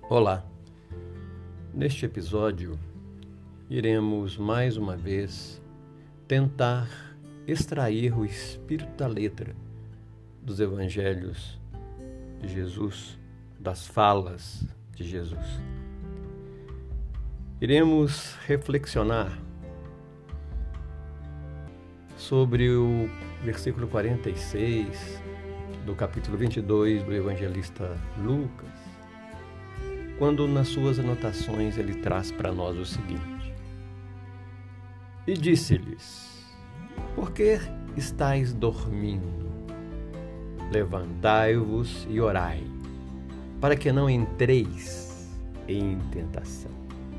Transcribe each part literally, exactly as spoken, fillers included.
Olá! Neste episódio, iremos mais uma vez tentar extrair o espírito da letra dos evangelhos de Jesus, das falas de Jesus. Iremos reflexionar sobre o versículo quarenta e seis do capítulo vinte e dois do evangelista Lucas, quando nas suas anotações ele traz para nós o seguinte: E disse-lhes: Por que estáis dormindo? Levantai-vos e orai, para que não entreis em tentação.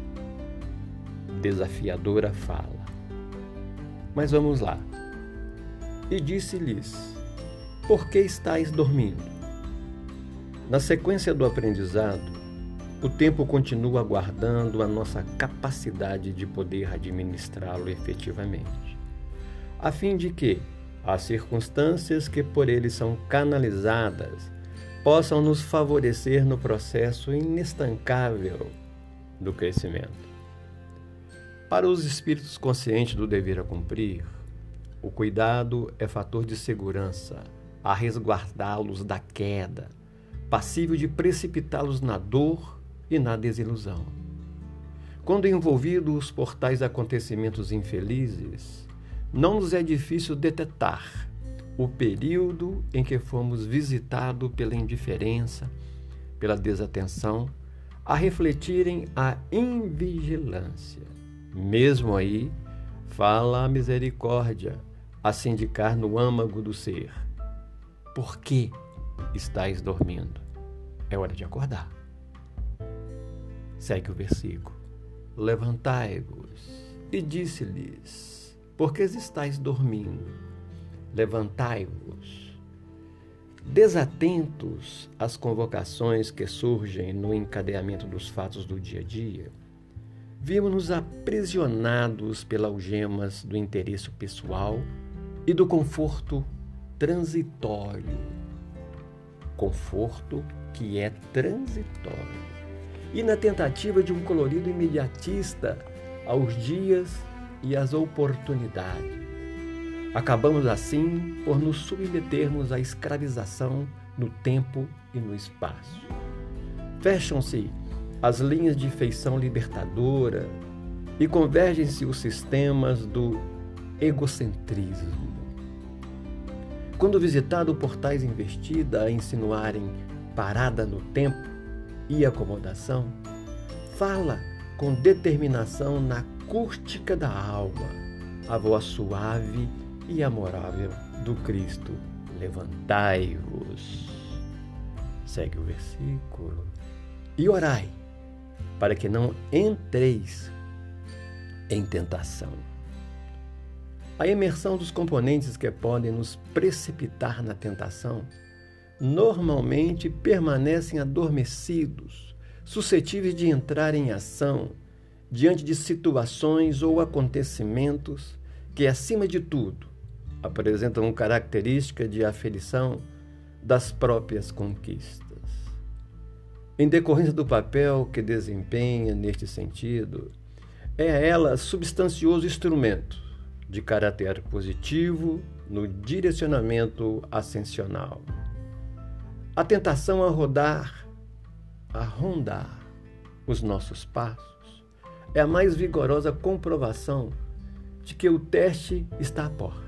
Desafiadora fala. Mas vamos lá. E disse-lhes: Por que estáis dormindo? Na sequência do aprendizado, o tempo continua aguardando a nossa capacidade de poder administrá-lo efetivamente, a fim de que as circunstâncias que por ele são canalizadas possam nos favorecer no processo inestancável do crescimento. Para os espíritos conscientes do dever a cumprir, o cuidado é fator de segurança a resguardá-los da queda, passível de precipitá-los na dor e na desilusão. Quando envolvidos por tais acontecimentos infelizes, não nos é difícil detectar o período em que fomos visitados pela indiferença, pela desatenção, a refletirem a invigilância. Mesmo aí, fala a misericórdia a se indicar no âmago do ser. Por que estáis dormindo? É hora de acordar. Segue o versículo. Levantai-vos. E disse-lhes: Por que estáis dormindo? Levantai-vos. Desatentos às convocações que surgem no encadeamento dos fatos do dia a dia, vimos-nos aprisionados pelas algemas do interesse pessoal e do conforto transitório. Conforto que é transitório. E na tentativa de um colorido imediatista aos dias e às oportunidades. Acabamos assim por nos submetermos à escravização no tempo e no espaço. Fecham-se as linhas de feição libertadora e convergem-se os sistemas do egocentrismo. Quando visitado por tais investidas a insinuarem parada no tempo e acomodação, fala com determinação na acústica da alma, a voz suave e amorável do Cristo. Levantai-vos. Segue o versículo. E orai, para que não entreis em tentação. A imersão dos componentes que podem nos precipitar na tentação normalmente permanecem adormecidos, suscetíveis de entrar em ação diante de situações ou acontecimentos que, acima de tudo, apresentam característica de aferição das próprias conquistas. Em decorrência do papel que desempenha neste sentido, é ela substancioso instrumento de caráter positivo no direcionamento ascensional. A tentação a rodar, a rondar os nossos passos é a mais vigorosa comprovação de que o teste está à porta.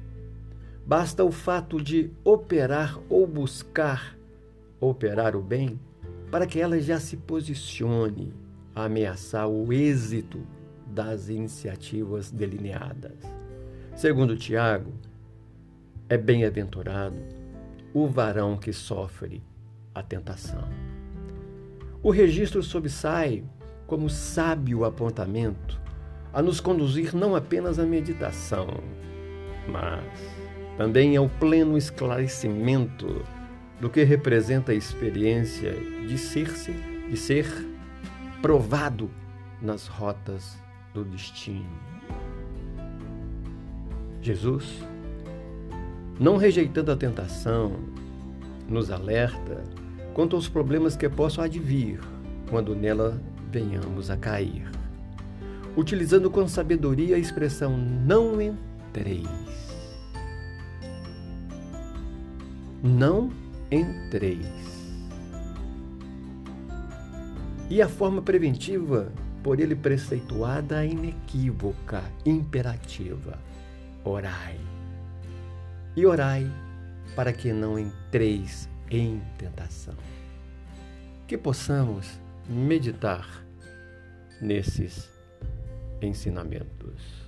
Basta o fato de operar ou buscar operar o bem para que ela já se posicione a ameaçar o êxito das iniciativas delineadas. Segundo Tiago, é bem-aventurado o varão que sofre a tentação. O registro sobressai como sábio apontamento a nos conduzir não apenas à meditação, mas também ao pleno esclarecimento do que representa a experiência de ser-se, de ser provado nas rotas do destino. Jesus, não rejeitando a tentação, nos alerta quanto aos problemas que possam advir quando nela venhamos a cair. Utilizando com sabedoria a expressão não entreis. Não entreis. E a forma preventiva, por ele preceituada, inequívoca, imperativa. Orai. E orai para que não entreis em tentação. Que possamos meditar nesses ensinamentos.